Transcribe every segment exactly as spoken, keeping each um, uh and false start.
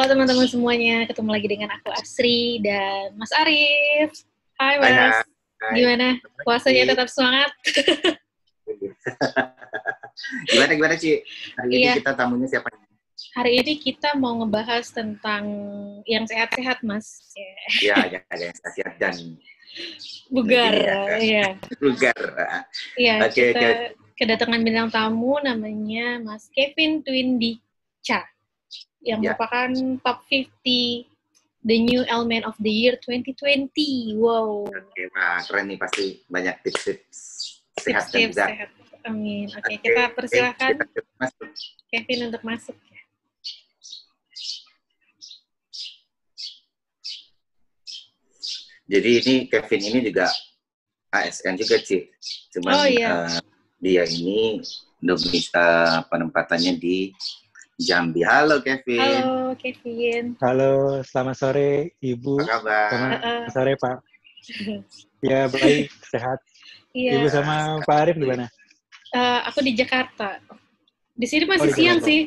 Halo teman-teman semuanya, ketemu lagi dengan aku Asri dan Mas Arif. Hai Hai, Mas, hai. gimana? Puasanya tetap semangat? Gimana, gimana, Ci? Hari ini Iya, kita tamunya siapa? hari ini kita mau ngebahas tentang yang sehat-sehat, Mas. Ya, ya, ada yang sehat dan Bugar, gini ya, ya. bugar. Iya, Oke, kita oke. kedatangan bintang tamu namanya Mas Kevin Twindicha, yang Ya. merupakan top lima puluh The New Element of the Year twenty twenty. Wow. Oke, wah, keren nih, pasti banyak tips-tips sehat dan Tips-tips bugar. sehat. Amin. Oke, Oke, kita persilahkan kita masuk. Kevin untuk masuk. Jadi ini Kevin ini juga A S N juga, Ci. Cuman Oh iya. uh, dia ini domisa penempatannya di Jambi. Halo, Kevin. Halo, Kevin. Halo, selamat sore, Ibu. Apa kabar? Selamat Uh-uh. sore, Pak. Ya, baik, sehat. Iya. Ibu sama Pak Arif di mana? Uh, aku di Jakarta. Di sini masih Oh, di siang Jakarta. sih.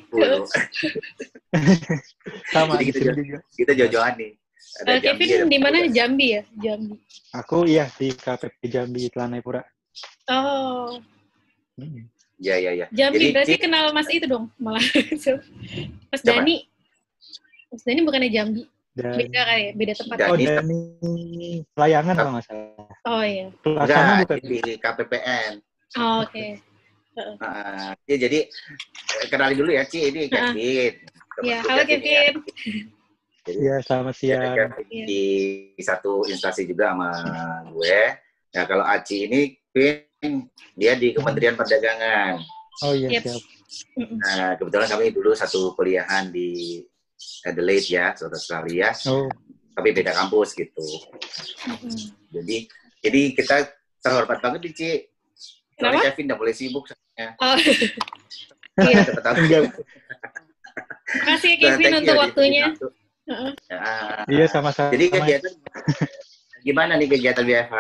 Sama, Jadi di kita, sini jo- juga. kita jojoan nih. Ada Uh, Jambi, Kevin ada di mana? Bogor. Jambi ya? Jambi. Aku iya di K P P Jambi, Telanai-Pura. Oh. Hmm. Ya, ya, ya. Jambi Jadi, berarti Ci, kenal Mas itu dong, malah. Mas Siapa? Dani. Mas Dani bukannya Jambi. Dan, Beda kali ya, beda tempat. Dan- oh, Dani. Dani Layangan kalau nggak salah. Oh iya. Pelaksana enggak, bukan? di K P P N. Oh, oke. Okay. Uh, ya, jadi eh, kenali dulu ya, Ci. Ini Kevin. Teman Iya, gue halo Kevin ya. Kevin. Jadi, Iya, selamat ada siang. Kevin Iya. di satu instansi juga sama gue. Nah, kalau Aci ini, Vin, dia di Kementerian Perdagangan. Oh iya, Yep. siap. Nah, kebetulan kami dulu satu kuliahan di Adelaide ya, South Australia. Oh, Tapi beda kampus gitu. Mm-mm. Jadi, jadi kita terhormat banget nih, Ci. Soalnya Kenapa? Kevin udah boleh sibuk soalnya. Oh. Iya. enggak. Makasih ya Nah, Kevin thank you untuk ya, waktunya. di- di- Uh-uh. Nah, Iya, sama-sama. Jadi kegiatan gimana nih kegiatan W F H?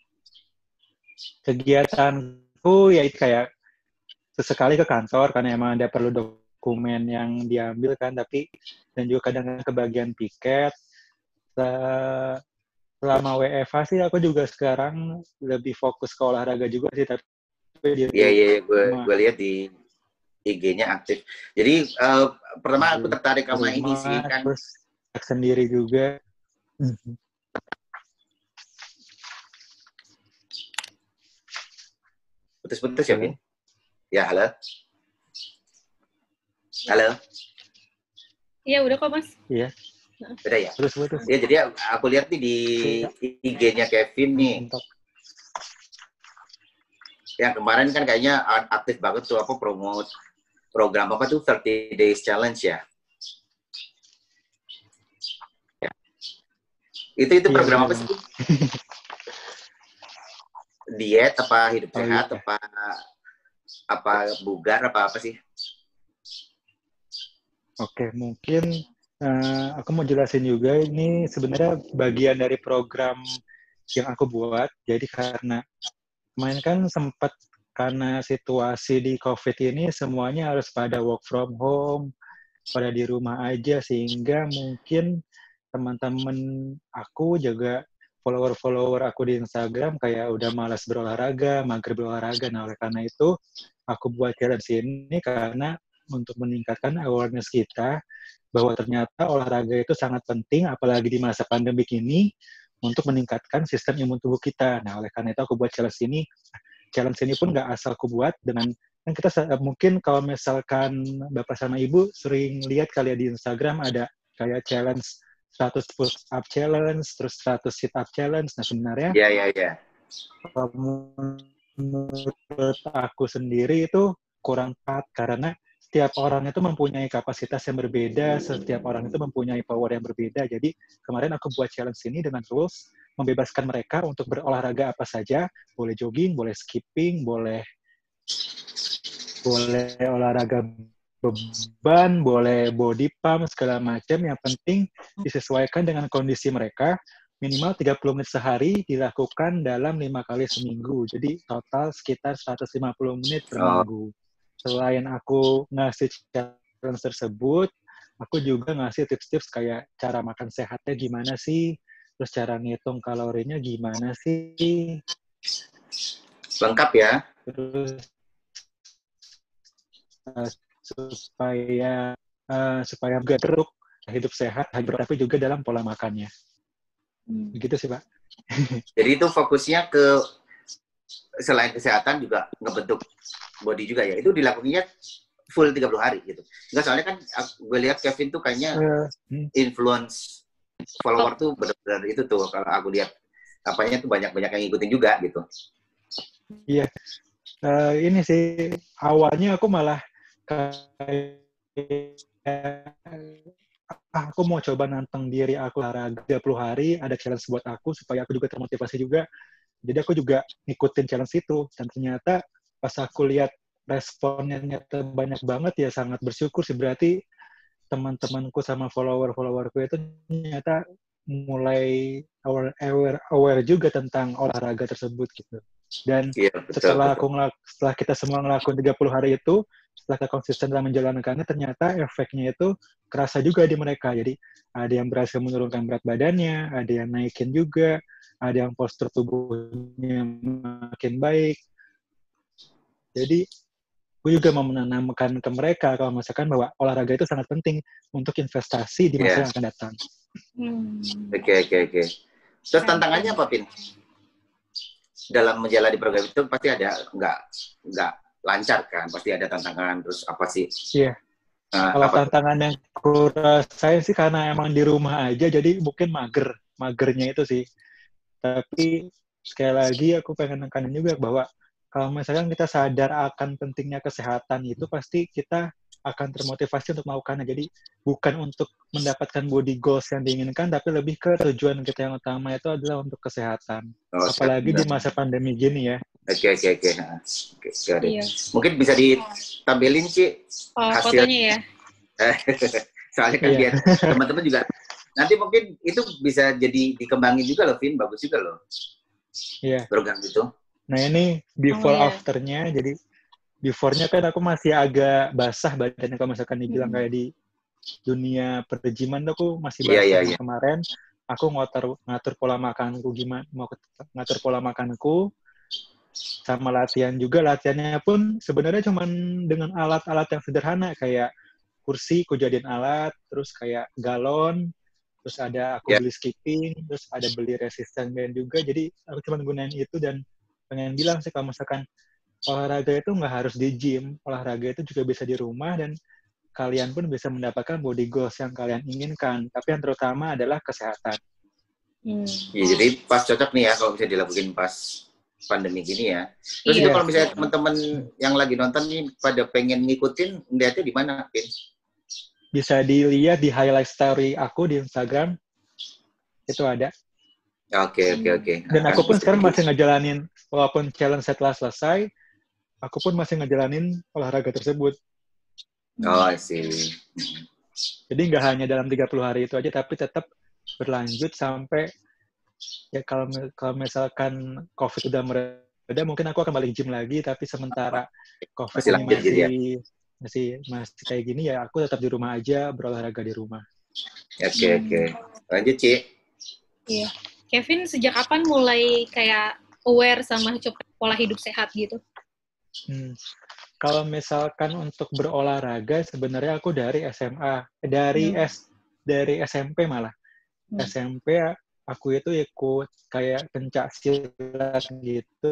Kegiatanku ya itu kayak sesekali ke kantor karena emang ada perlu dokumen yang diambil kan, tapi dan juga kadang kebagian piket. Se- Selama W F H sih aku juga sekarang lebih fokus ke olahraga juga sih, tapi di Iya, iya, gue rumah. gue lihat di I G-nya aktif. Jadi eh, pertama aku tertarik sama ini Rumah, sih kan. terus sendiri juga. Putus-putus ya, Halo? Vin? Ya, halo. Halo. Iya, udah kok, Mas. Iya, Udah ya? terus putus. Ya, jadi aku lihat nih di I G-nya Kevin nih. Yang kemarin kan kayaknya aktif banget tuh apa promote program apa tuh thirty days challenge ya. Ya. Itu itu Iya, program benar apa sih? Diet apa hidup Oh, sehat iya. apa apa bugar apa apa sih? Oke, mungkin eh, aku mau jelasin juga ini sebenarnya bagian dari program yang aku buat. Jadi karena kemarin kan sempat karena situasi di COVID ini semuanya harus pada work from home, pada di rumah aja, sehingga mungkin teman-teman aku juga follower-follower aku di Instagram kayak udah malas berolahraga, mager berolahraga. Nah, oleh karena itu aku buat challenge ini karena untuk meningkatkan awareness kita bahwa ternyata olahraga itu sangat penting, apalagi di masa pandemik ini, untuk meningkatkan sistem imun tubuh kita. Nah, oleh karena itu aku buat challenge ini. Challenge ini pun nggak asal aku buat dengan, kan kita mungkin kalau misalkan Bapak sama Ibu sering lihat kali ya di Instagram ada kayak challenge seratus push up challenge, terus seratus sit up challenge. Nah, sebenarnya Iya, iya, iya. menurut aku sendiri itu kurang tepat karena setiap orang itu mempunyai kapasitas yang berbeda, setiap orang itu mempunyai power yang berbeda. Jadi kemarin aku buat challenge ini dengan rules membebaskan mereka untuk berolahraga apa saja, boleh jogging, boleh skipping, boleh boleh olahraga beban, boleh body pump, segala macam. Yang penting disesuaikan dengan kondisi mereka. Minimal tiga puluh menit sehari dilakukan dalam lima kali seminggu. Jadi total sekitar seratus lima puluh menit per Oh. minggu. Selain aku ngasih challenge tersebut, aku juga ngasih tips-tips kayak cara makan sehatnya gimana sih, terus cara ngitung kalorinya gimana sih, Lengkap ya. terus uh, supaya uh, supaya gak teruk hidup sehat, tapi juga dalam pola makannya. Hmm. Begitu sih, Pak. Jadi itu fokusnya ke selain kesehatan juga ngebentuk body juga ya. Itu dilakukannya full tiga puluh hari gitu. Enggak, soalnya kan gue lihat Kevin tuh kayaknya Uh, hmm. influence follower tuh benar-benar itu tuh, kalau aku lihat apanya tuh banyak-banyak yang ngikutin juga gitu. Iya. Uh, ini sih awalnya aku malah kayak ah, aku mau coba nantang diri aku olahraga tiga puluh hari, ada challenge buat aku supaya aku juga termotivasi juga. Jadi aku juga ngikutin challenge itu, dan ternyata pas aku lihat responnya ternyata banyak banget, ya sangat bersyukur sih. Berarti teman-temanku sama follower-followerku itu ternyata mulai aware, aware, aware juga tentang olahraga tersebut gitu. Dan Iya, betul, setelah betul. aku ngelak, setelah kita semua ngelakuin tiga puluh hari itu, setelah kita konsisten dalam menjalankannya, ternyata efeknya itu kerasa juga di mereka. Jadi ada yang berhasil menurunkan berat badannya, ada yang naikin juga, ada yang postur tubuhnya makin baik. Jadi gue juga mau menanamkan ke mereka kalau misalkan bahwa olahraga itu sangat penting untuk investasi di masa Yeah. yang akan datang. Hmm. Oke, oke, oke. Terus tantangannya apa, Pin? Dalam menjalani program itu pasti ada nggak nggak lancar kan? Pasti ada tantangan. Terus apa sih? Iya. Nah, Kalau apa tantangan yang aku rasain sih karena emang di rumah aja, jadi mungkin mager. Magernya itu sih. Tapi sekali lagi aku pengen nekanin juga bahwa kalau misalkan kita sadar akan pentingnya kesehatan itu, pasti kita akan termotivasi untuk melakukannya. Jadi bukan untuk mendapatkan body goals yang diinginkan, tapi lebih ke tujuan kita yang utama itu adalah untuk kesehatan. Oh, Apalagi di benar. masa pandemi gini ya. Oke, oke, oke. Nah, oke, got it. Iya. Mungkin bisa ditampilin sih Oh, hasil. fotonya ya. Soalnya kan Iya. biar teman-teman juga nanti mungkin itu bisa jadi dikembangin juga loh, Vin. Bagus juga loh. Iya. Program itu. Nah ini before Oh, iya. after-nya, jadi before-nya kan aku masih agak basah badannya kalau misalkan dibilang Hmm. kayak di dunia perjiman tuh aku masih Iya, basah. iya, Nah, iya. kemarin aku ngatur ngatur pola makanku gimana, mau ngatur pola makanku sama latihan juga. Latihannya pun sebenarnya cuman dengan alat-alat yang sederhana kayak kursi aku jadiin alat, terus kayak galon, terus ada aku Ya. beli skipping, terus ada beli resistance band juga. Jadi aku cuma gunain itu dan pengen bilang sih kalau misalkan olahraga itu nggak harus di gym, olahraga itu juga bisa di rumah dan kalian pun bisa mendapatkan body goals yang kalian inginkan. Tapi yang terutama adalah kesehatan. Hmm. Ya, jadi pas cocok nih ya kalau bisa dilakuin pas pandemi gini ya. Terus Iya. itu kalau misalnya teman-teman yang lagi nonton nih pada pengen ngikutin, lihatnya di mana, Pin? Bisa dilihat di highlight story aku di Instagram. Itu ada. Oke, oke, oke. Dan Akan aku pun bisa sekarang di- masih ngejalanin, walaupun challenge setelah selesai, aku pun masih ngejalanin olahraga tersebut. Oh, I see. Jadi nggak hanya dalam tiga puluh hari itu aja, tapi tetap berlanjut sampai, ya kalau kalau misalkan COVID udah mereda, mungkin aku akan balik gym lagi, tapi sementara COVID Masih ini lanjut gitu ya? masih, masih, masih kayak gini, ya aku tetap di rumah aja, berolahraga di rumah. Oke, oke. Lanjut, Ci. Iya. Kevin sejak kapan mulai kayak aware sama coba pola hidup sehat gitu? Hmm. Kalau misalkan untuk berolahraga, sebenarnya aku dari S M A, dari Hmm. S dari S M P malah. Hmm. S M P aku itu ikut kayak pencak silat gitu,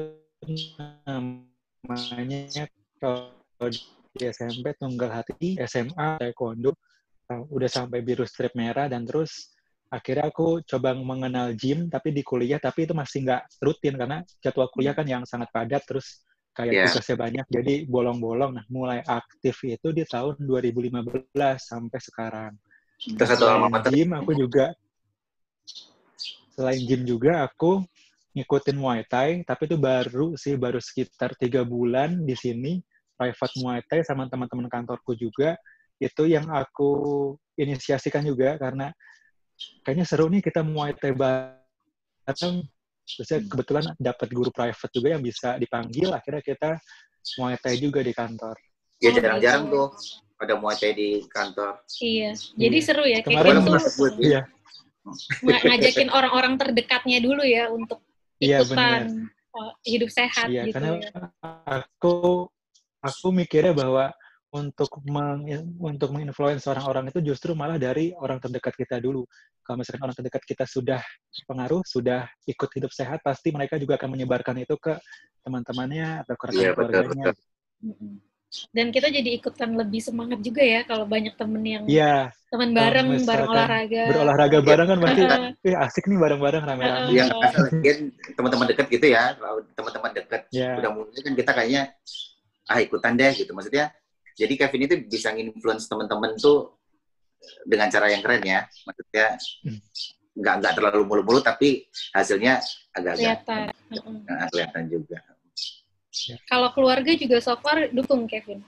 namanya kalau di S M P Tunggal Hati, S M A taekwondo, udah sampai biru strip merah, dan terus akhirnya aku coba mengenal gym tapi di kuliah, tapi itu masih nggak rutin karena jadwal kuliah kan yang sangat padat, terus kayak Yeah. tugasnya banyak, jadi bolong-bolong. Nah, mulai aktif itu di tahun dua ribu lima belas sampai sekarang. Terus satu Selain alma mater. gym, aku juga selain gym juga aku ngikutin Muay Thai, tapi itu baru sih, baru sekitar tiga bulan di sini, private Muay Thai sama teman-teman kantorku juga. Itu yang aku inisiasikan juga, karena kayaknya seru nih kita Muay Thai bareng. Terus kebetulan dapat guru private juga yang bisa dipanggil, akhirnya kita Muay Thai juga di kantor. Ya Oh, jarang-jarang gitu. tuh ada Muay Thai di kantor. Iya, jadi Iya. seru ya. Kemarin Kevin tuh Walaupun mas, iya, ng- ngajakin orang-orang terdekatnya dulu ya untuk iya ikutan oh, hidup sehat iya, gitu karena ya. aku aku mikirnya bahwa untuk meng, untuk menginfluence orang-orang itu justru malah dari orang terdekat kita dulu. Kalau misalkan orang terdekat kita sudah pengaruh, sudah ikut hidup sehat, pasti mereka juga akan menyebarkan itu ke teman-temannya atau ke rekan Iya, betul, keluarganya. betul. Mm-mm. Dan kita jadi ikutan lebih semangat juga ya kalau banyak temen yang Iya, teman kalau bareng, bareng misalkan olahraga. berolahraga Iya, bareng kan pasti, Heeh, eh asik nih bareng-bareng rame-rame. yang heeh, asal lagian teman-teman dekat gitu ya. Kalau teman-teman dekat Ya, udah mulai kan kita kayaknya ah ikutan deh gitu. Maksudnya jadi Kevin itu bisa nginfluence teman-teman tuh dengan cara yang keren ya. Maksudnya Hmm. nggak nggak terlalu mulu-mulu tapi hasilnya agak-agak kelihatan. Heeh. nah, kelihatan juga. Kalau keluarga juga so far dukung Kevin.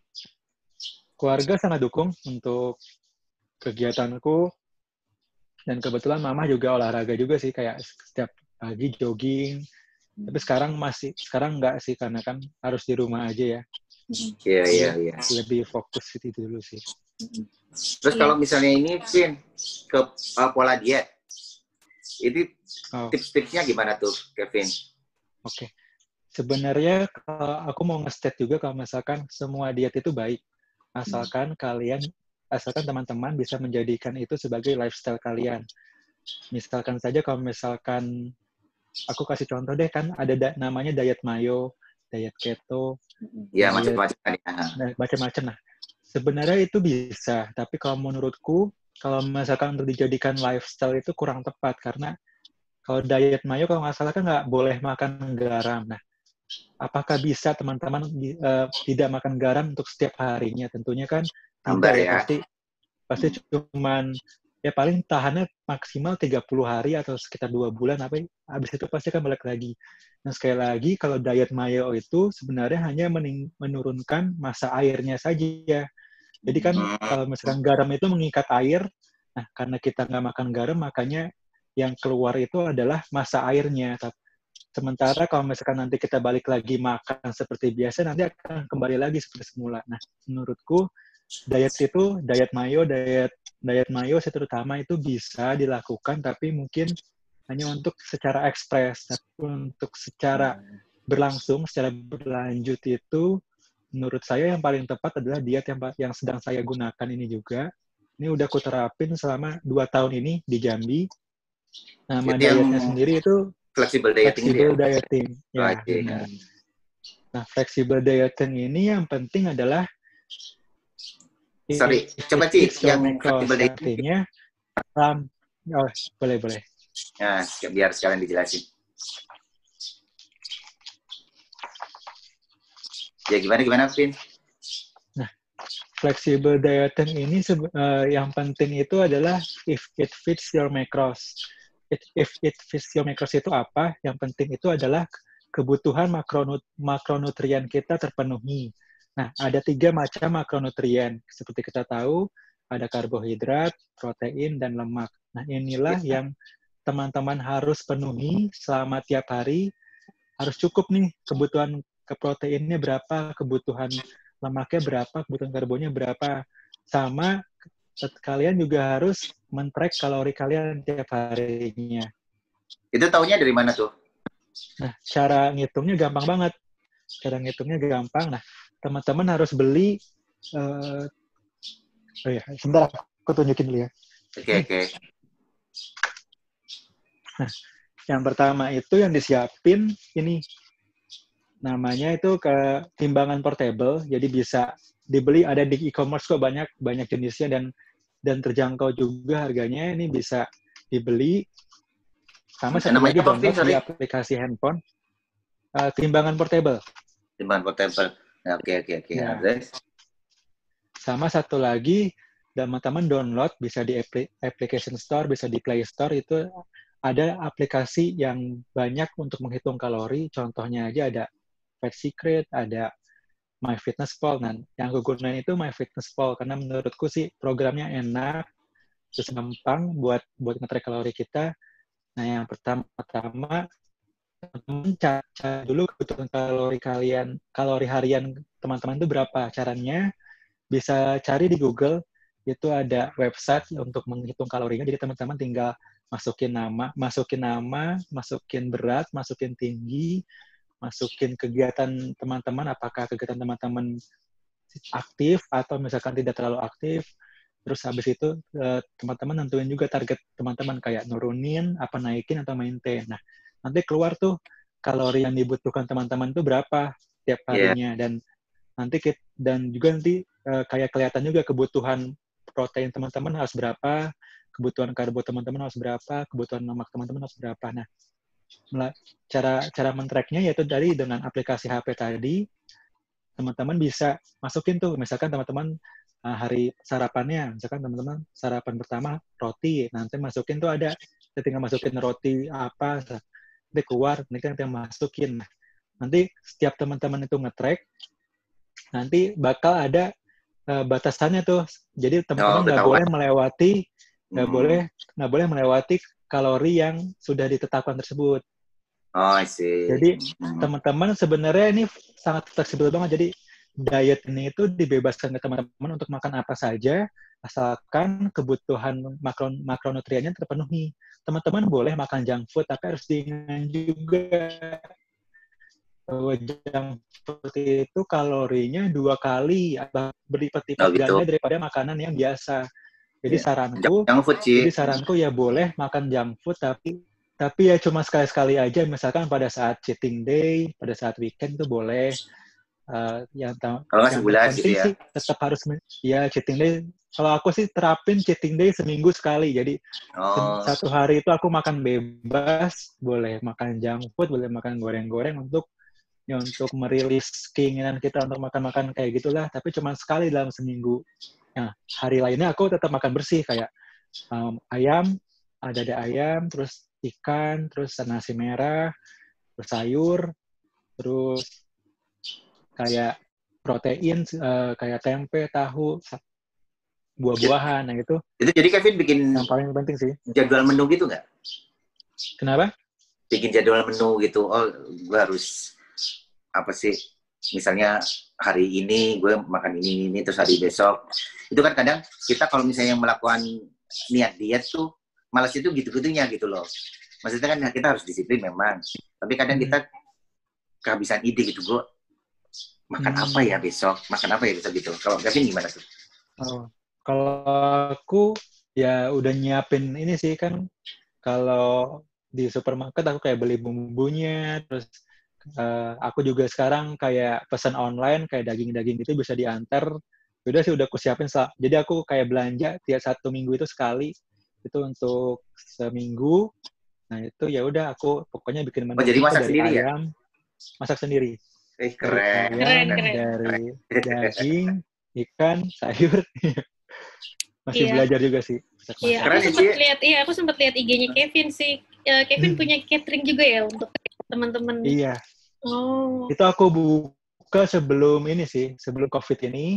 keluarga sangat dukung untuk kegiatanku, dan kebetulan mama juga olahraga juga sih, kayak setiap pagi jogging. Tapi sekarang masih, sekarang enggak sih, karena kan harus di rumah aja ya. Iya, iya, iya. Lebih fokus itu dulu sih. Terus Iya. kalau misalnya ini, Vin, ke uh, pola diet, itu Oh, tips-tipsnya gimana tuh, Kevin? oke. Sebenarnya kalau aku mau nge-state juga kalau misalkan semua diet itu baik, asalkan kalian, asalkan teman-teman bisa menjadikan itu sebagai lifestyle kalian. Misalkan saja kalau misalkan, aku kasih contoh deh, kan ada da- namanya diet mayo, diet keto, Ya, diet macam-macam kan ya. nah, macam-macam. Nah, sebenarnya itu bisa, tapi kalau menurutku, kalau misalkan untuk dijadikan lifestyle itu kurang tepat, karena kalau diet mayo, kalau nggak salah kan nggak boleh makan garam. Nah, apakah bisa teman-teman uh, tidak makan garam untuk setiap harinya? Tentunya kan Hambar tidak ya, ya. pasti pasti cuman ya paling tahannya maksimal tiga puluh hari atau sekitar dua bulan, apa habis itu pasti akan balik lagi. Nah, sekali lagi kalau diet mayo itu sebenarnya hanya mening- menurunkan massa airnya saja. Jadi kan kalau misalkan garam itu mengikat air, nah karena kita nggak makan garam, makanya yang keluar itu adalah massa airnya. Sementara kalau misalkan nanti kita balik lagi makan seperti biasa, nanti akan kembali lagi seperti semula. Nah, menurutku diet itu, diet mayo, diet diet mayo terutama itu bisa dilakukan, tapi mungkin hanya untuk secara ekspres. Tapi untuk secara berlangsung, secara berlanjut itu, menurut saya yang paling tepat adalah diet yang yang sedang saya gunakan ini juga. Ini udah aku terapin selama dua tahun ini di Jambi. Nama Itu yang dietnya sendiri itu flexible dieting itu ya? flexible dieting. Ya, Oke. benar. Nah, flexible dieting ini yang penting adalah Sorry, coba sih yang flexible dieting. Artinya, um, oh, boleh, boleh. Nah, biar sekalian dijelasin. Ya gimana gimana, Vin? Nah, flexible dieting ini uh, yang penting itu adalah if it fits your macros. It, if it fits your macros itu apa? Yang penting itu adalah kebutuhan makronut makronutrien kita terpenuhi. Nah, ada tiga macam makronutrien. Seperti kita tahu, ada karbohidrat, protein, dan lemak. Nah, inilah ya. yang teman-teman harus penuhi selama tiap hari. Harus cukup nih, kebutuhan ke proteinnya berapa, kebutuhan lemaknya berapa, kebutuhan karbonnya berapa. Sama, kalian juga harus men-track kalori kalian tiap harinya. Itu taunya dari mana tuh? Nah, cara ngitungnya gampang banget. Cara ngitungnya gampang. Nah, teman-teman harus beli uh, oh ya, sebentar aku tunjukin dulu ya. Oke, okay, oke. Okay. Nah, yang pertama itu yang disiapin ini namanya itu ke timbangan portable, jadi bisa dibeli, ada di e-commerce kok, banyak banyak jenisnya dan dan terjangkau juga harganya. Ini bisa dibeli. Sama satu lagi download di aplikasi handphone. Uh, timbangan portable. Timbangan portable. Oke, oke, oke. Sama satu lagi, teman-teman download, bisa di application store, bisa di Play Store, itu ada aplikasi yang banyak untuk menghitung kalori. Contohnya aja ada Fat Secret, ada MyFitnessPal. Nah, yang aku gunain itu MyFitnessPal, karena menurutku sih programnya enak, terus gampang buat buat nge-track kalori kita. Nah, yang pertama-tama, teman-teman cari dulu kebutuhan kalori kalian, kalori harian teman-teman itu berapa. Caranya, bisa cari di Google, itu ada website untuk menghitung kalorinya. Jadi teman-teman tinggal masukin nama, masukin nama, masukin berat, masukin tinggi, masukin kegiatan teman-teman, apakah kegiatan teman-teman aktif atau misalkan tidak terlalu aktif. Terus habis itu teman-teman nentuin juga target teman-teman kayak nurunin, apa naikin atau maintain. Nah, nanti keluar tuh kalori yang dibutuhkan teman-teman itu berapa tiap harinya, yeah. dan nanti kita, dan juga nanti kayak kelihatan juga kebutuhan protein teman-teman harus berapa, kebutuhan karbo teman-teman harus berapa, kebutuhan lemak teman-teman harus berapa. Nah, cara cara men-tracknya yaitu dari dengan aplikasi H P tadi, teman-teman bisa masukin tuh, misalkan teman-teman hari sarapannya, misalkan teman-teman sarapan pertama roti, nanti masukin tuh ada, tinggal masukin roti apa, nanti keluar, nanti kan yang masukin. Nah, nanti setiap teman-teman itu nge-track, nanti bakal ada uh, batasannya tuh. Jadi teman-teman nggak oh, boleh melewati, nggak hmm. boleh nggak boleh melewati kalori yang sudah ditetapkan tersebut. Oh, I see. Jadi hmm. teman-teman sebenarnya ini sangat fleksibel banget. Jadi diet ini itu dibebaskan ke teman-teman untuk makan apa saja, asalkan kebutuhan makro makronutriennya terpenuhi. Teman-teman boleh makan junk food, tapi harus diingat juga bahwa junk food itu kalorinya dua kali atau berlipat-lipat oh, gitu. Ganda daripada makanan yang biasa. Jadi yeah. saranku, food, jadi saranku ya boleh makan junk food, tapi tapi ya cuma sekali-sekali aja. Misalkan pada saat cheating day, pada saat weekend itu boleh. Uh, yang kalau yang sebulan penting gitu ya. Sih tetap harus ya cheating day. Kalau aku sih terapin cheating day seminggu sekali. Jadi oh. satu hari itu aku makan bebas, boleh makan junk food, boleh makan goreng-goreng untuk ya untuk merilis keinginan kita untuk makan-makan kayak gitulah, tapi cuma sekali dalam seminggu. Nah, hari lainnya aku tetap makan bersih kayak um, ayam, ada ada ayam, terus ikan, terus nasi merah, terus sayur, terus kayak protein uh, kayak tempe, tahu, buah-buahan, nah gitu. Itu jadi Kevin bikin yang paling penting sih. Jadwal menu gitu nggak? Kenapa? Bikin jadwal menu gitu. Oh, gue harus apa sih, misalnya hari ini gue makan ini ini terus hari besok itu kan kadang kita kalau misalnya melakukan niat diet tuh malas itu gitu-gitunya gitu loh. Maksudnya kan kita harus disiplin memang, tapi kadang hmm. kita kehabisan ide gitu, gue makan hmm. apa ya besok, makan apa ya besok gitu. Kalau Gavin gimana tuh? Oh, kalau aku ya udah nyiapin ini sih kan, kalau di supermarket aku kayak beli bumbunya, terus Uh, aku juga sekarang kayak pesan online, kayak daging-daging itu bisa diantar. Udah sih udah aku siapin. Jadi aku kayak belanja tiap satu minggu itu sekali. Itu untuk seminggu. Nah itu ya udah aku pokoknya bikin menu oh, jadi masak dari sendiri ayam, ya? Masak sendiri. Eh, keren. Dari ayam, keren, keren. dari daging, ikan, sayur. Masih iya. belajar juga sih. Iya, aku sempat lihat, iya aku sempat lihat I G-nya Kevin sih. Uh, Kevin punya catering juga ya untuk teman-teman. Iya. Oh. Itu aku buka sebelum ini sih, sebelum COVID ini.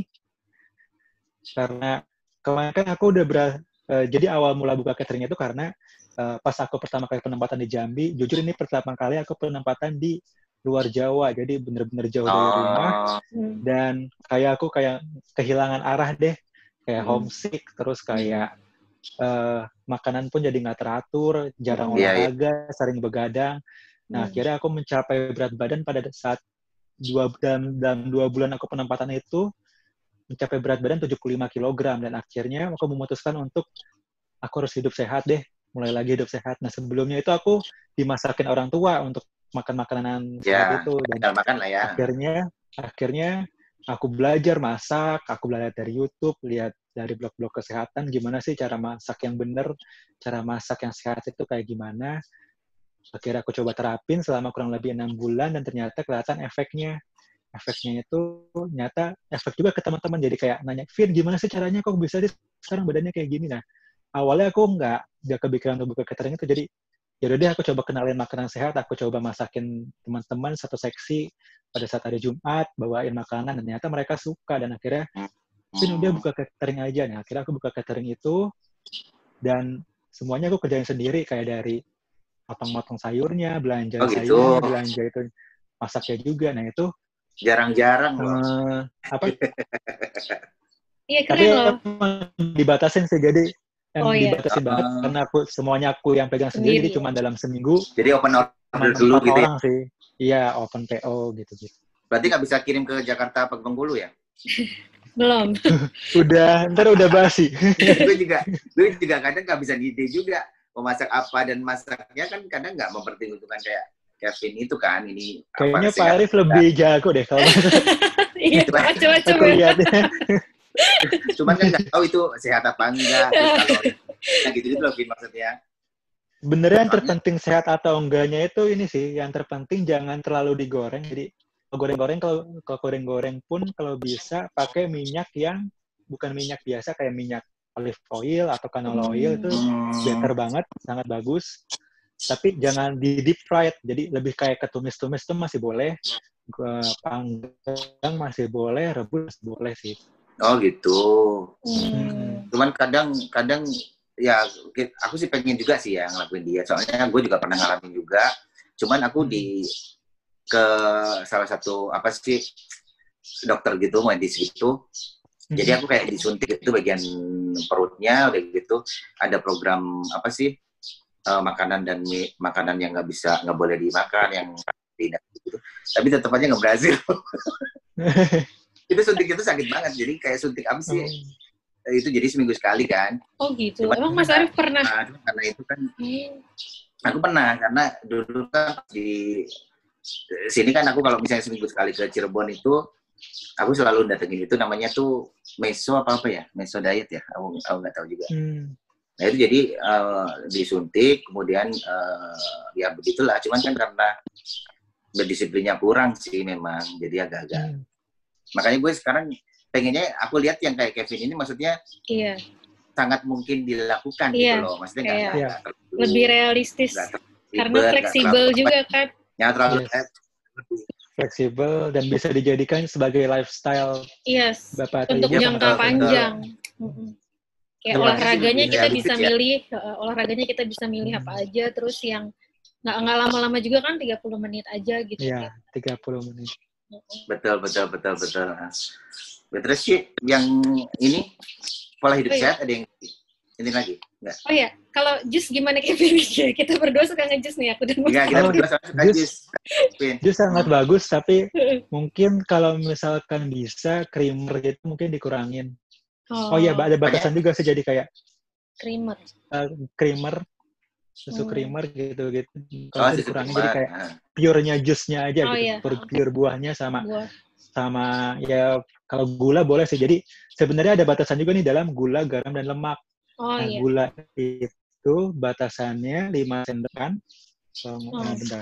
Karena kemarin kan aku udah ber, uh, jadi awal mula buka catering itu karena uh, pas aku pertama kali penempatan di Jambi, jujur ini pertama kali aku penempatan di luar Jawa, jadi bener-bener jauh dari rumah. Hmm. Dan kayak aku kayak kehilangan arah deh, kayak hmm. homesick, terus kayak uh, makanan pun jadi nggak teratur, jarang oh, olahraga, iya, iya. sering begadang. Nah, akhirnya aku mencapai berat badan pada saat dua, dalam, dalam dua bulan aku penempatan itu, mencapai berat badan tujuh puluh lima kilogram. Dan akhirnya aku memutuskan untuk, aku harus hidup sehat deh, mulai lagi hidup sehat. Nah, sebelumnya itu aku dimasakin orang tua untuk makan makanan ya, sehat itu. Dan makan lah ya. akhirnya, akhirnya aku belajar masak, aku belajar dari YouTube, lihat dari blog-blog kesehatan, gimana sih cara masak yang benar, cara masak yang sehat itu kayak gimana. Akhirnya aku coba terapin selama kurang lebih enam bulan dan ternyata kelihatan efeknya. Efeknya itu nyata efek juga ke teman-teman. Jadi kayak nanya, Vin, gimana sih caranya kok bisa sih sekarang badannya kayak gini? Nah, awalnya aku nggak, nggak kepikiran untuk buka catering itu. Jadi, yaudah deh aku coba kenalin makanan sehat, aku coba masakin teman-teman satu seksi pada saat hari Jumat, bawain makanan, dan ternyata mereka suka. Dan akhirnya, Vin udah buka catering aja. Nah, akhirnya aku buka catering itu, dan semuanya aku kerjain sendiri, kayak dari potong-potong sayurnya, belanja oh, gitu. sayurnya, belanja itu masaknya juga. Nah itu jarang-jarang loh. Uh, apa? Iya, Tapi keren loh. emang dibatasin sih, jadi yang Oh iya, dibatasin banget Uh, karena aku semuanya aku yang pegang sendiri, sendiri jadi ya. cuma dalam seminggu jadi open cuma order dulu empat gitu ya. orang sih. Iya, open P O gitu-gitu. Berarti nggak bisa kirim ke Jakarta apa ke Bengkulu ya? Belum. Udah, ntar udah basi. gue juga, gue juga kadang nggak bisa ngide juga mau masak apa, dan masaknya kan kadang nggak mempertimbangkan kayak Kevin itu kan, ini Kayaknya apa Pak Arif lebih jago deh kalau masak. Iya, coba coba Aku coba. lihatnya. Cuman kan nggak tahu itu sehat apa enggak, terus kalori, nah gitu-gitu loh, Vin, maksudnya. Benernya yang Soalnya, terpenting sehat atau enggaknya itu ini sih, yang terpenting jangan terlalu digoreng. Jadi kalau goreng-goreng, kalau kalau goreng-goreng pun kalau bisa pakai minyak yang bukan minyak biasa kayak minyak olive oil atau canola oil, itu hmm, better banget, sangat bagus. Tapi jangan di deep fried, jadi lebih kayak ketumis-tumis itu masih boleh, panggang masih boleh, rebus boleh sih. oh gitu. Hmm. Cuman kadang-kadang ya aku sih pengen juga sih ya ngelakuin diet, soalnya gue juga pernah ngalamin juga. Cuman aku di ke salah satu apa sih dokter gitu, medis gitu. Jadi aku kayak disuntik itu bagian perutnya, udah gitu ada program apa sih uh, makanan dan mi, makanan yang nggak bisa nggak boleh dimakan, yang tidak gitu. Tapi tetap aja nggak berhasil. Itu suntik itu sakit banget, jadi kayak suntik apa sih? Oh. Itu jadi seminggu sekali kan. Oh gitu. Cuman, emang Mas Arif pernah? Nah, karena itu kan, aku pernah karena dulu kan di sini kan aku kalau misalnya seminggu sekali ke Cirebon itu, aku selalu datengin itu namanya tuh meso apa apa ya, meso diet ya, aku aku nggak tahu juga. Hmm. Nah itu jadi uh, disuntik, kemudian uh, ya begitulah. Cuman kan karena berdisiplinnya kurang sih memang, jadi agak-agak. Hmm. Makanya gue sekarang pengennya aku lihat yang kayak Kevin ini, maksudnya iya. sangat mungkin dilakukan iya. gitu loh, maksudnya nggak iya. terlalu, lebih realistis terlalu, karena fleksibel juga kan. Ya terlalu yes. fleksibel dan bisa dijadikan sebagai lifestyle. Yes. Bapak untuk Ibu jangka panjang. Mm-hmm. Kayak ya, olahraganya kita bisa ya. milih, uh, olahraganya kita bisa milih hmm. apa aja, terus yang nggak nggak lama-lama juga kan, tiga puluh menit aja gitu. Iya, tiga puluh menit. Betul, betul, betul, betul. Terus sih yang ini pola hidup oh, sehat iya. ada yang ini lagi? Enggak. Oh ya, kalau jus gimana Kevin? Kita berdua suka nge-jus nih, aku dan Mas. Enggak, kita berdua suka jus. Jus sangat bagus, tapi mungkin kalau misalkan bisa creamer gitu mungkin dikurangin. Oh, oh iya, ada batasan banyak. Juga sih, jadi kayak creamer. Uh, creamer, susu hmm. creamer gitu-gitu. Kalau oh, dikurangin jadi kayak pure-nya jusnya aja oh, gitu, iya. pure, pure buahnya sama Buah. sama ya kalau gula boleh sih. Jadi sebenarnya ada batasan juga nih dalam gula, garam dan lemak. Oh, nah, iya. Gula itu batasannya lima sendok kan. So, oh. nah, bentar.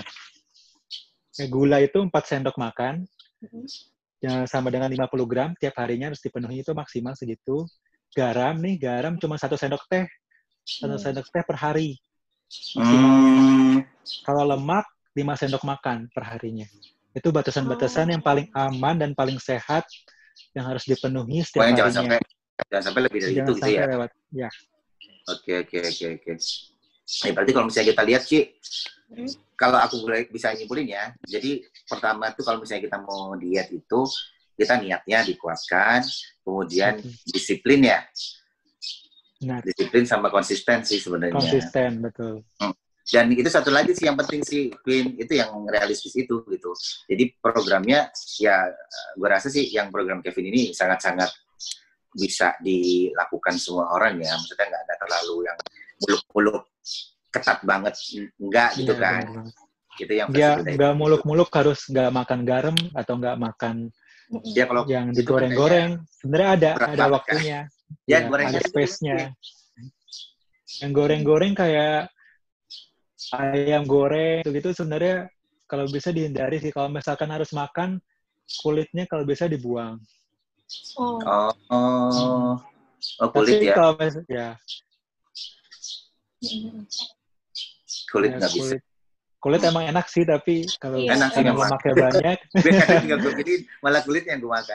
Ya, gula itu empat sendok makan. Mm-hmm. Yang sama dengan lima puluh gram tiap harinya harus dipenuhi, itu maksimal segitu. Garam nih, garam cuma satu sendok teh. Satu hmm. sendok teh per hari. Maksimal. Hmm. Kalau lemak, lima sendok makan per harinya. Itu batasan-batasan oh. yang paling aman dan paling sehat yang harus dipenuhi setiap harinya. Jangan sampai, jangan sampai lebih dari jangan itu gitu ya. Lewat. Ya. Oke, oke, oke, oke. Nah, berarti kalau misalnya kita lihat sih, hmm. kalau aku bisa nyimpulin ya, jadi pertama tuh kalau misalnya kita mau diet itu, kita niatnya dikuatkan, kemudian hmm. disiplin ya. Nah. Disiplin sama konsistensi sebenarnya. Konsisten, betul. Hmm. Dan itu satu lagi sih yang penting sih, Queen, itu yang realistis itu gitu. Jadi programnya ya, gue rasa sih yang program Kevin ini sangat-sangat bisa dilakukan semua orang ya. Maksudnya nggak ada terlalu yang muluk-muluk ketat banget, enggak gitu ya, kan. Gitu yang ya, nggak muluk-muluk harus nggak makan garam atau nggak makan ya, kalau yang digoreng-goreng. Sebenarnya ada ada waktunya. Kan? Ya, ya ada space-nya. Yang goreng-goreng kayak ayam goreng gitu sebenarnya kalau bisa dihindari sih. Kalau misalkan harus makan, kulitnya kalau bisa dibuang. Oh, oh, oh, oh kulit tapi ya. Kalau mis- ya. Kulit nggak ya, bisa. Kulit emang enak sih, tapi kalau enak sih lemaknya banyak. Gue kadang tinggal gue gini, malah kulitnya yang gue makan.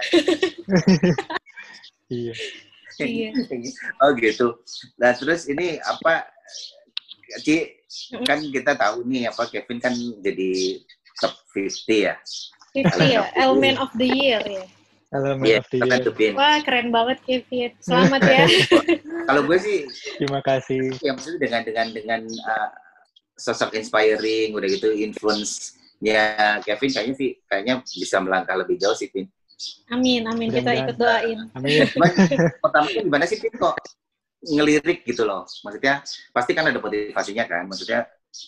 Iya. Iya. Oh gitu. Nah terus ini apa, Ci, kan kita tahu nih apa Kevin kan jadi top lima puluh ya. lima puluh ya, Element of the Year ya. Elemen Iya, of the keren year. tuh, Pin. Wah, keren banget Kevin. Selamat ya. Kalau gue sih, Terima kasih. ya maksudnya dengan dengan dengan uh, sosok inspiring, udah gitu influence-nya Kevin kayaknya sih kayaknya bisa melangkah lebih jauh sih, Pin. Amin, amin. Kita Mudah-mudahan. ikut doain. Amin. Cuman pertamanya gimana sih, Pin, kok ngelirik gitu loh? Maksudnya pasti kan ada motivasinya kan? Maksudnya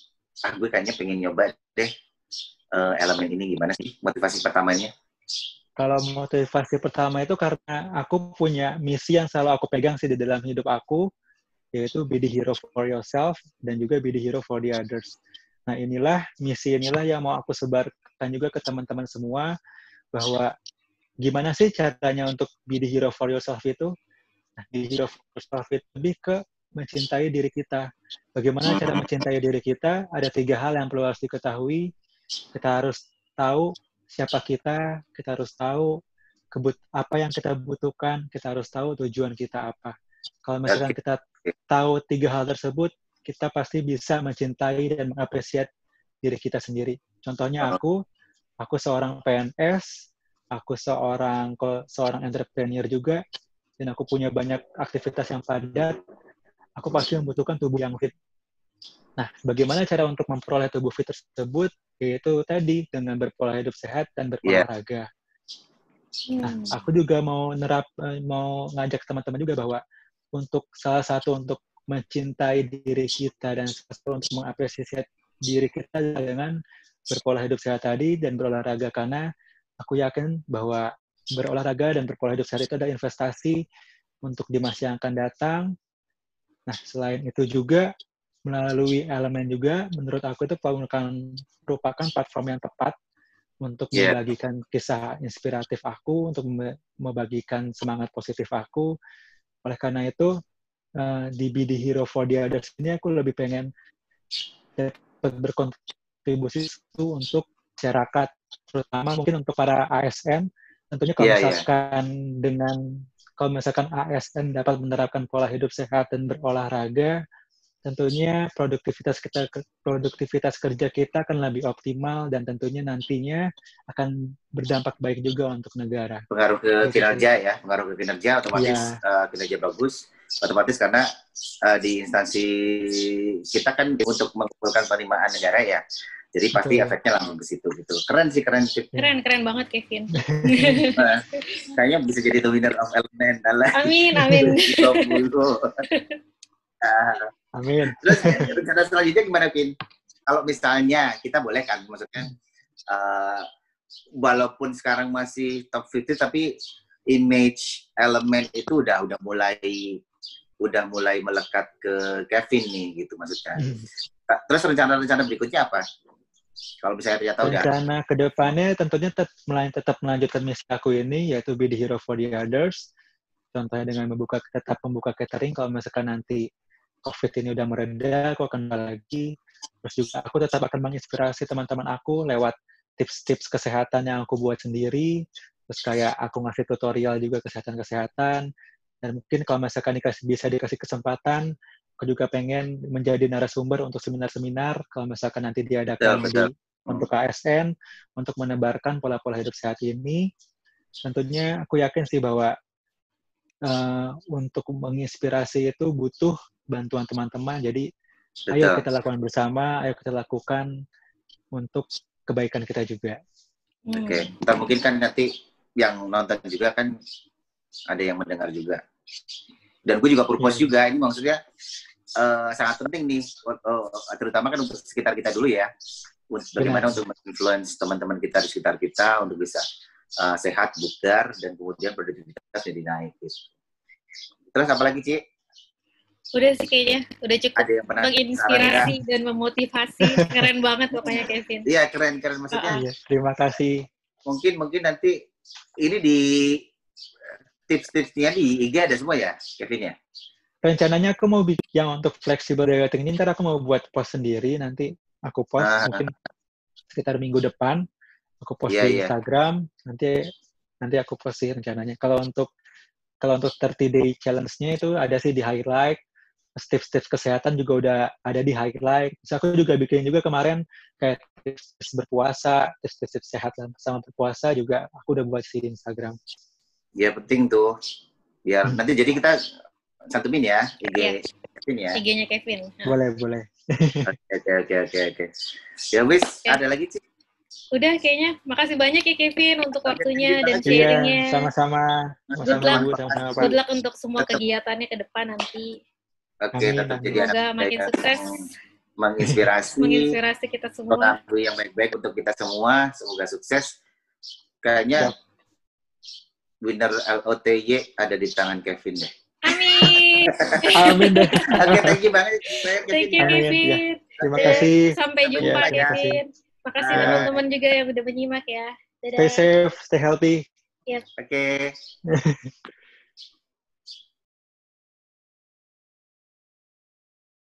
ah gue kayaknya pengen nyoba deh uh, elemen ini, gimana sih motivasi pertamanya? Kalau motivasi pertama itu karena aku punya misi yang selalu aku pegang sih di dalam hidup aku, yaitu be the hero for yourself dan juga be the hero for the others. Nah inilah, misi inilah yang mau aku sebarkan juga ke teman-teman semua, bahwa gimana sih caranya untuk be the hero for yourself itu? Nah, be the hero for yourself itu lebih ke mencintai diri kita. Bagaimana cara mencintai diri kita? Ada tiga hal yang perlu harus diketahui. Kita harus tahu siapa kita, kita harus tahu kebut apa yang kita butuhkan, kita harus tahu tujuan kita apa. Kalau misalkan kita tahu tiga hal tersebut, kita pasti bisa mencintai dan mengapresiasi diri kita sendiri. Contohnya aku, aku seorang P N S, aku seorang seorang entrepreneur juga, dan aku punya banyak aktivitas yang padat. Aku pasti membutuhkan tubuh yang fit. Nah, bagaimana cara untuk memperoleh tubuh fit tersebut? Yaitu tadi, dengan berpola hidup sehat dan berolahraga. Yeah. Nah, aku juga mau nerap, mau ngajak teman-teman juga bahwa untuk salah satu untuk mencintai diri kita dan salah satu untuk mengapresiasi diri kita dengan berpola hidup sehat tadi dan berolahraga, karena aku yakin bahwa berolahraga dan berpola hidup sehat itu adalah investasi untuk di masa yang akan datang. Nah, selain itu juga melalui elemen juga, menurut aku itu merupakan platform yang tepat untuk yeah. membagikan kisah inspiratif aku, untuk membagikan semangat positif aku. Oleh karena itu, uh, di Be The Hero for the Others ini aku lebih pengen dapat berkontribusi untuk masyarakat, terutama mungkin untuk para A S N. Tentunya kalau yeah, misalkan yeah. dengan kalau misalkan A S N dapat menerapkan pola hidup sehat dan berolahraga, tentunya produktivitas kita produktivitas kerja kita akan lebih optimal dan tentunya nantinya akan berdampak baik juga untuk negara. Pengaruh ke gitu kinerja sih. ya, pengaruh ke kinerja otomatis ya. uh, kinerja bagus, otomatis karena uh, di instansi kita kan untuk mengumpulkan penerimaan negara ya. Jadi pasti Betul. efeknya langsung ke situ gitu. Keren sih, keren sih. Keren, keren banget Kevin. Nah, kayaknya bisa jadi the winner of element. Amin, amin. Uh, Amin. Terus rencana selanjutnya gimana, Pin? Kalau misalnya kita boleh kan, maksudnya uh, walaupun sekarang masih top lima puluh, tapi image elemen itu udah udah mulai udah mulai melekat ke Kevin nih, gitu maksudnya. Hmm. Terus rencana-rencana berikutnya apa? Kalau misalnya ternyata udah. Rencana kedepannya tentunya tetap, tetap melanjutkan misi aku ini, yaitu be the hero for the others. Contohnya dengan membuka tetap membuka catering. Kalau misalkan nanti COVID ini udah mereda, aku akan lagi. Terus juga aku tetap akan menginspirasi teman-teman aku lewat tips-tips kesehatan yang aku buat sendiri. Terus kayak aku ngasih tutorial juga kesehatan-kesehatan. Dan mungkin kalau misalkan dikasih, bisa dikasih kesempatan, aku juga pengen menjadi narasumber untuk seminar-seminar. Kalau misalkan nanti diadakan betul, betul. di untuk A S N, untuk menebarkan pola-pola hidup sehat ini. Tentunya aku yakin sih bahwa uh, untuk menginspirasi itu butuh bantuan teman-teman, jadi Betul. ayo kita lakukan bersama, ayo kita lakukan untuk kebaikan kita juga. Oke, okay. Ntar mungkin kan nanti yang nonton juga kan ada yang mendengar juga. Dan gue juga purpose yeah. juga, ini maksudnya uh, sangat penting nih, uh, terutama kan untuk sekitar kita dulu ya, bagaimana Benar. untuk menginfluence teman-teman kita di sekitar kita untuk bisa uh, sehat, bugar, dan kemudian produktivitas jadi naik. Gitu. Terus apa lagi, Ci? Udah sih kayaknya, udah cukup menginspirasi dan memotivasi. Keren banget pokoknya Kevin. Iya, keren-keren maksudnya. Uh-uh. Terima kasih. Mungkin mungkin nanti ini di tips-tipsnya di I G ada semua ya, Kevin ya? Rencananya aku mau bikin yang untuk flexible dieting ini, ntar aku mau buat post sendiri, nanti aku post uh, mungkin sekitar minggu depan. Aku post yeah, di Instagram, yeah. nanti nanti aku post sih rencananya. Kalau untuk kalau untuk tiga puluh day challenge-nya itu ada sih di highlight. Tips-tips kesehatan juga udah ada di highlight. Terus aku juga bikin juga kemarin kayak tips berpuasa, tips-tips sehat sama berpuasa juga aku udah buat sih di Instagram. Ya penting tuh. Biar Hmm. nanti jadi kita santumin ya I G Iya. Kevin ya. I G-nya Kevin. Boleh, boleh. Oke oke oke oke. Ya wis, Oke. ada lagi sih. Udah kayaknya. Makasih banyak ya Kevin untuk Oke, waktunya thank you dan banget, ya. sharingnya. Iya, sama-sama. Good Sama-sama luck. Bu, sama-sama Pak. Good luck untuk semua Tetap. kegiatannya ke depan nanti. Oke, Amin, tetap amin. jadi anak Semoga baik makin yang sukses, menginspirasi, menginspirasi kita semua. pengaruh yang baik-baik untuk kita semua. Semoga sukses. Kayaknya Siap. winner L O T Y ada di tangan Kevin deh. Amin. Amin deh. Oke, thank you banget. Saya Thank you Kevin. Amin, Kevin. ya. Terima Dan kasih. sampai Sampai jumpa jumpa, ya. Kevin. Makasih Bye. teman-teman juga yang udah menyimak ya. Dadah. Stay safe, stay healthy. Yep. Oke.